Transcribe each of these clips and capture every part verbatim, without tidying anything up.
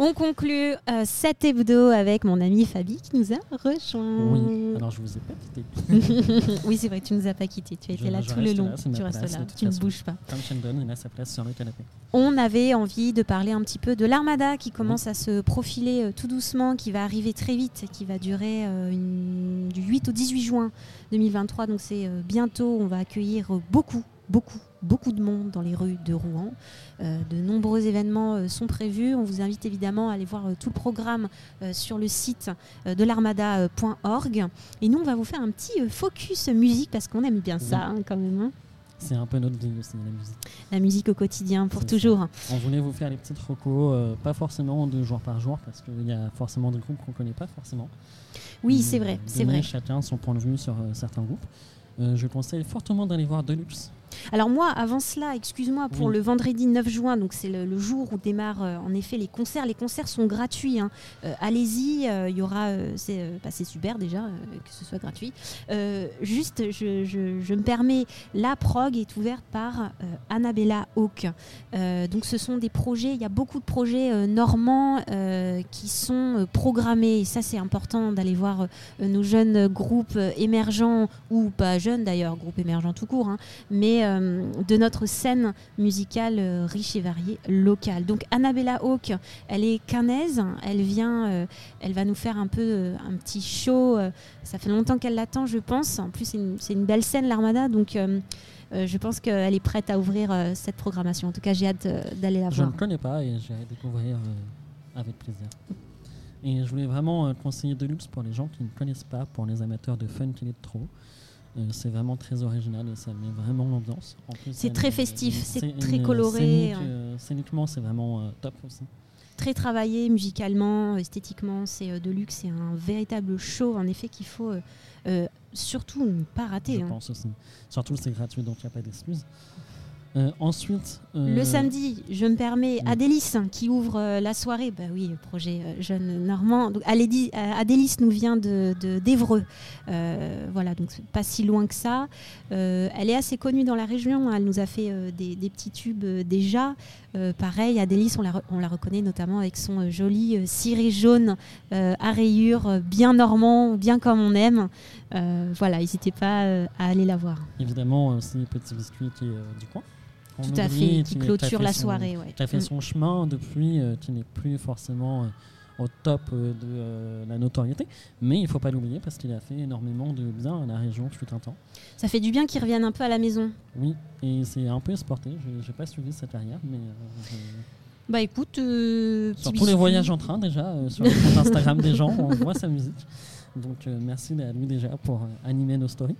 On conclut euh, cet hebdo avec mon ami Fabi qui nous a rejoint. Oui, alors je vous ai pas quitté. Oui, c'est vrai, tu nous as pas quitté. Tu as Je- été là je tout le reste long. là, c'est ma tu restes place, là, de toute tu ne façon. bouges pas. Comme Sheldon, il a sa place sur le canapé. On avait envie de parler un petit peu de l'Armada qui commence à se profiler euh, tout doucement, qui va arriver très vite, qui va durer euh, une- du huit au dix-huit juin deux mille vingt-trois. Donc c'est euh, bientôt, on va accueillir euh, beaucoup, beaucoup, beaucoup de monde dans les rues de Rouen. Euh, de nombreux événements euh, sont prévus. On vous invite évidemment à aller voir euh, tout le programme euh, sur le site euh, de l'armada point org. Et nous, on va vous faire un petit euh, focus musique parce qu'on aime bien ça hein, quand même. Hein. C'est un peu notre vie aussi, la musique. La musique au quotidien pour C'est toujours. ça. On voulait vous faire les petites recos, euh, pas forcément de jour par jour, parce qu'il y a forcément des groupes qu'on ne connaît pas forcément. Oui, Mais c'est vrai, c'est donner vrai. chacun son point de vue sur euh, certains groupes. Euh, je conseille fortement d'aller voir Deluxe. Alors moi, avant cela, excuse-moi, pour Oui. le vendredi neuf juin, donc c'est le, le jour où démarrent euh, en effet les concerts. Les concerts sont gratuits. Hein. Euh, allez-y, euh, il y aura, euh, c'est, euh, bah, c'est super déjà euh, que ce soit gratuit. Euh, juste, je, je, je me permets, la prog est ouverte par euh, Annabella Hawke. Euh, donc ce sont des projets, il y a beaucoup de projets euh, normands euh, qui sont euh, programmés. Et ça, c'est important d'aller voir euh, nos jeunes groupes euh, émergents ou pas jeunes d'ailleurs, groupes émergents tout court, hein, mais euh, de notre scène musicale euh, riche et variée locale. Donc Annabella Hawke, elle est caennaise, elle vient, euh, elle va nous faire un peu euh, un petit show. Euh, ça fait longtemps qu'elle l'attend, je pense. En plus, c'est une, c'est une belle scène, l'Armada, donc euh, euh, je pense qu'elle est prête à ouvrir euh, cette programmation. En tout cas, j'ai hâte euh, d'aller la Je voir. ne connais pas et j'irai découvrir euh, avec plaisir. Et je voulais vraiment euh, conseiller Deluxe pour les gens qui ne connaissent pas, pour les amateurs de funk électro. Euh, c'est vraiment très original et ça met vraiment l'ambiance. En plus, C'est elle- très elle- festif, une- c'est une très coloré. scénique, euh, scéniquement, c'est vraiment euh, top aussi. Très travaillé musicalement, esthétiquement, c'est euh, Deluxe, c'est un véritable show en effet qu'il faut euh, euh, surtout ne pas rater. Je hein. pense aussi. Surtout, c'est gratuit, donc il n'y a pas d'excuses. Euh, ensuite, euh, Le samedi, je me permets, oui. Adélis hein, qui ouvre euh, la soirée. Bah oui, projet euh, jeune normand. Donc, Alédi- euh, Adélis nous vient de, de- d'Évreux. Euh, voilà, donc c'est pas si loin que ça. Euh, elle est assez connue dans la région. hein, Elle nous a fait euh, des, des petits tubes euh, déjà. Euh, pareil, Adélis, on la, re- on la reconnaît notamment avec son euh, joli euh, ciré jaune euh, à rayures, euh, bien normand, bien comme on aime. Euh, voilà, n'hésitez pas euh, à aller la voir. évidemment, aussi Petit Biscuit qui est euh, du coin. On Tout à oublie, fait, qui qui- qui a clôture fait la son- soirée. Ouais. qui a fait Mm. son chemin depuis, euh, qui n'est plus forcément euh, au top euh, de euh, la notoriété, mais il ne faut pas l'oublier parce qu'il a fait énormément de bien à la région fut un temps. Ça fait du bien qu'ils reviennent un peu à la maison. Oui, et c'est un peu exporté, je n'ai pas suivi sa carrière, mais euh, je- Bah écoute, euh, sur petit tous les biscuit. voyages en train déjà, euh, sur le compte Instagram des gens, on voit sa musique. Donc euh, merci à lui déjà pour euh, animer nos stories.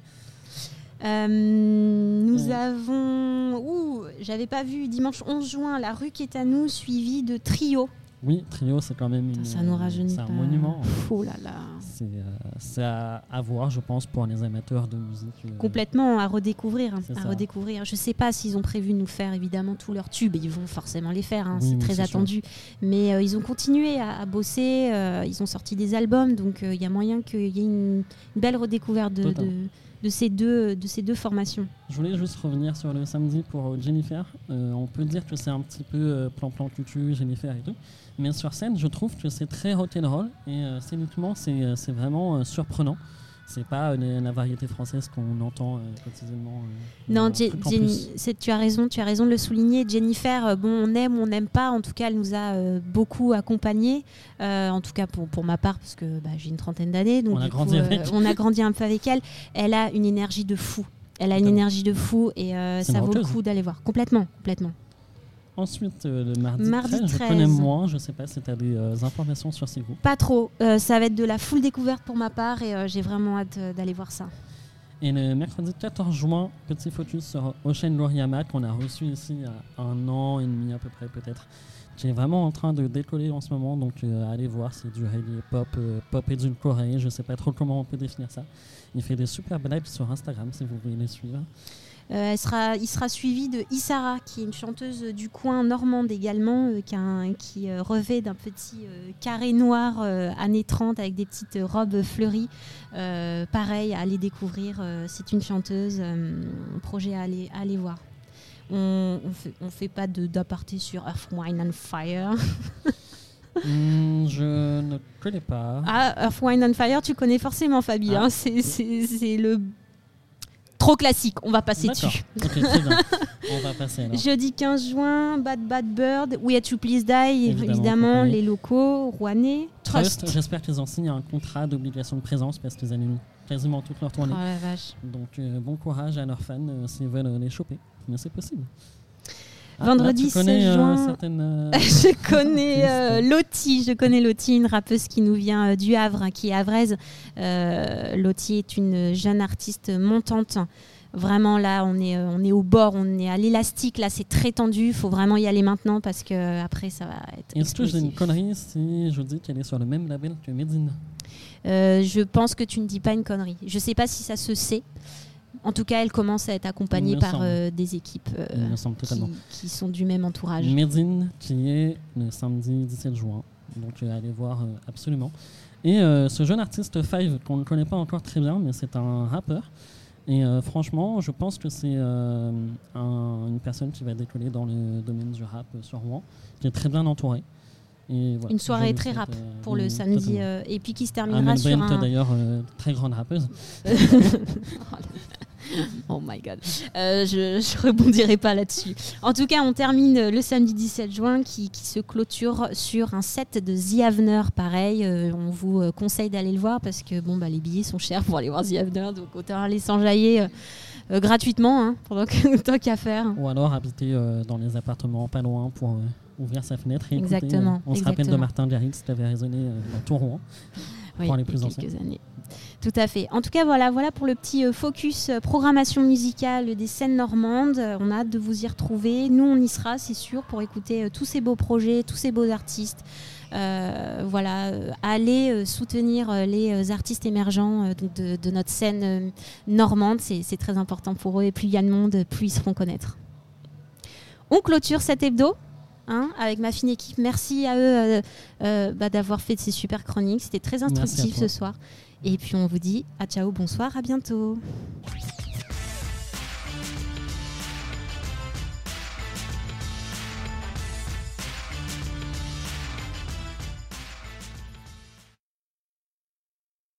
Euh, nous Euh. avons, ouh, j'avais pas vu dimanche onze juin, La rue qui est à nous, suivi de Trio. Oui, Trio, c'est quand même une, Ça nous rajeunit c'est pas. un monument. Oh là là. C'est euh, c'est à, à voir, je pense, pour les amateurs de musique. euh, Complètement à redécouvrir, hein, C'est à ça. redécouvrir. Je sais pas s'ils ont prévu de nous faire évidemment tous leurs tubes, et ils vont forcément les faire, hein, Oui, c'est oui, très c'est attendu. Mais euh, ils ont continué à, à bosser, euh, ils ont sorti des albums, donc il euh, y a moyen qu'il y ait une, une belle redécouverte de, Totalement. de, de ces deux, de ces deux formations. Je voulais juste revenir sur le samedi pour euh, Jennifer. Euh, on peut dire que c'est un petit peu euh, plan-plan cucu, Jennifer et tout. Mais sur scène, je trouve que c'est très rock'n'roll et euh, scéniquement, c'est, euh, c'est vraiment euh, surprenant. C'est pas euh, la variété française qu'on entend euh, quotidiennement. euh, Non, un Je- truc en Jenny- plus. c'est- tu as raison, tu as raison de le souligner. Jennifer, euh, bon, on aime, on n'aime pas. En tout cas, elle nous a euh, beaucoup accompagnés. Euh, en tout cas, pour, pour ma part, parce que bah, j'ai une trentaine d'années, donc On a du grandi coup, euh, avec. on a grandi un peu avec elle. Elle a une énergie de fou. Elle a une Totalement. énergie de fou et euh, C'est ça une vaut le rockeuse. coup d'aller voir. Complètement, complètement. Ensuite, euh, le mardi, Mardi treize, je treize. connais moins. Je sais pas si tu as des euh, informations sur ces groupes. Pas trop. Euh, ça va être de la full découverte pour ma part et euh, j'ai vraiment hâte euh, d'aller voir ça. Et le mercredi quatorze juin, petit focus sur Ocean Loriama qu'on a reçu ici il y a un an et demi à peu près peut-être. Qui est vraiment en train de décoller en ce moment, donc euh, allez voir, c'est du reggae pop, euh, pop et d'une Corée, je sais pas trop comment on peut définir ça. Il fait des super blagues sur Instagram si vous voulez les suivre. Euh, elle sera, il sera suivi de Isara, qui est une chanteuse du coin normande également, euh, qui, a un- qui euh, revêt d'un petit euh, carré noir euh, années trente avec des petites robes fleuries. Euh, pareil, à aller découvrir. euh, c'est une chanteuse, euh, projet à aller, à aller voir. On ne fait, on fait pas de, d'aparté sur Earth, Wine and Fire. Hmm, je ne connais pas. Ah, Earth, Wind and Fire, tu connais forcément, Fabi. Ah. Hein, c'est, c'est, c'est le trop classique. On va passer D'accord. dessus. Ok, très bien. On va passer alors. Jeudi quinze juin, Bad Bad Bird, We Had to Please Die, évidemment, Évidemment, les locaux, Rouennais, Trust. Trust, j'espère qu'ils ont signé un contrat d'obligation de présence parce qu'ils animent quasiment toute leur Oh tournée. la vache. Donc euh, bon courage à leurs fans euh, s'ils veulent euh, les choper. Mais c'est possible. Ah, Vendredi là, tu connais, seize juin. Euh, certaines, euh, Je connais euh, artistes. Lottie, je connais Lottie, une rappeuse qui nous vient euh, du Havre, hein, qui est havraise. Euh, Lottie est une jeune artiste montante. Vraiment là, on est, euh, on est au bord, on est à l'élastique. Là, c'est très tendu. Il faut vraiment y aller maintenant parce que euh, après, ça va être. Est-ce que j'ai une explosif. connerie si je dis qu'elle est sur le même label que Medine? Euh, je pense que tu ne dis pas une connerie. Je ne sais pas si ça se sait. En tout cas, elle commence à être accompagnée Il me par semble. euh, des équipes euh, Il me semble totalement. qui, qui sont du même entourage. Medine qui est le samedi dix-sept juin. Donc euh, allez voir euh, absolument. Et euh, ce jeune artiste Five qu'on ne connaît pas encore très bien, mais c'est un rappeur. Et euh, franchement, je pense que c'est euh, un- une personne qui va décoller dans le domaine du rap euh, sur Rouen, qui est très bien entourée. Et voilà, Une je soirée lui très souhaite, rap euh, pour le oui, samedi totalement. euh, et puis qui se Amel terminera sur Bent, un. d'ailleurs, euh, très grande rappeuse. Oh my god, Euh, je ne rebondirai pas là-dessus. En tout cas, on termine le samedi dix-sept juin qui, qui se clôture sur un set de The Avener. Pareil, euh, on vous euh, conseille d'aller le voir parce que bon, bah, les billets sont chers pour aller voir The Avener, donc autant aller s'enjailler euh, euh, gratuitement, hein, pendant que tant qu'à faire. Ou alors habiter euh, dans les appartements pas loin pour euh, ouvrir sa fenêtre et écouter. Exactement, euh, on se rappelle de exactement. Martin Garrix qui avait résonné euh, dans tout Rouen. Oui, pour les il y a plus anciens. quelques années. Tout à fait. En tout cas, voilà, voilà pour le petit euh, focus euh, programmation musicale des scènes normandes. Euh, on a hâte de vous y retrouver. Nous, on y sera, c'est sûr, pour écouter euh, tous ces beaux projets, tous ces beaux artistes. Euh, voilà, euh, aller euh, soutenir euh, les euh, artistes émergents euh, donc de, de notre scène euh, normande. C'est, c'est très important pour eux. Et plus il y a de monde, plus ils se feront connaître. On clôture cet hebdo. Hein, avec ma fine équipe. Merci à eux euh, euh, bah, d'avoir fait de ces super chroniques. C'était très Merci à instructif toi. ce soir. Et puis on vous dit à ciao, bonsoir, à bientôt.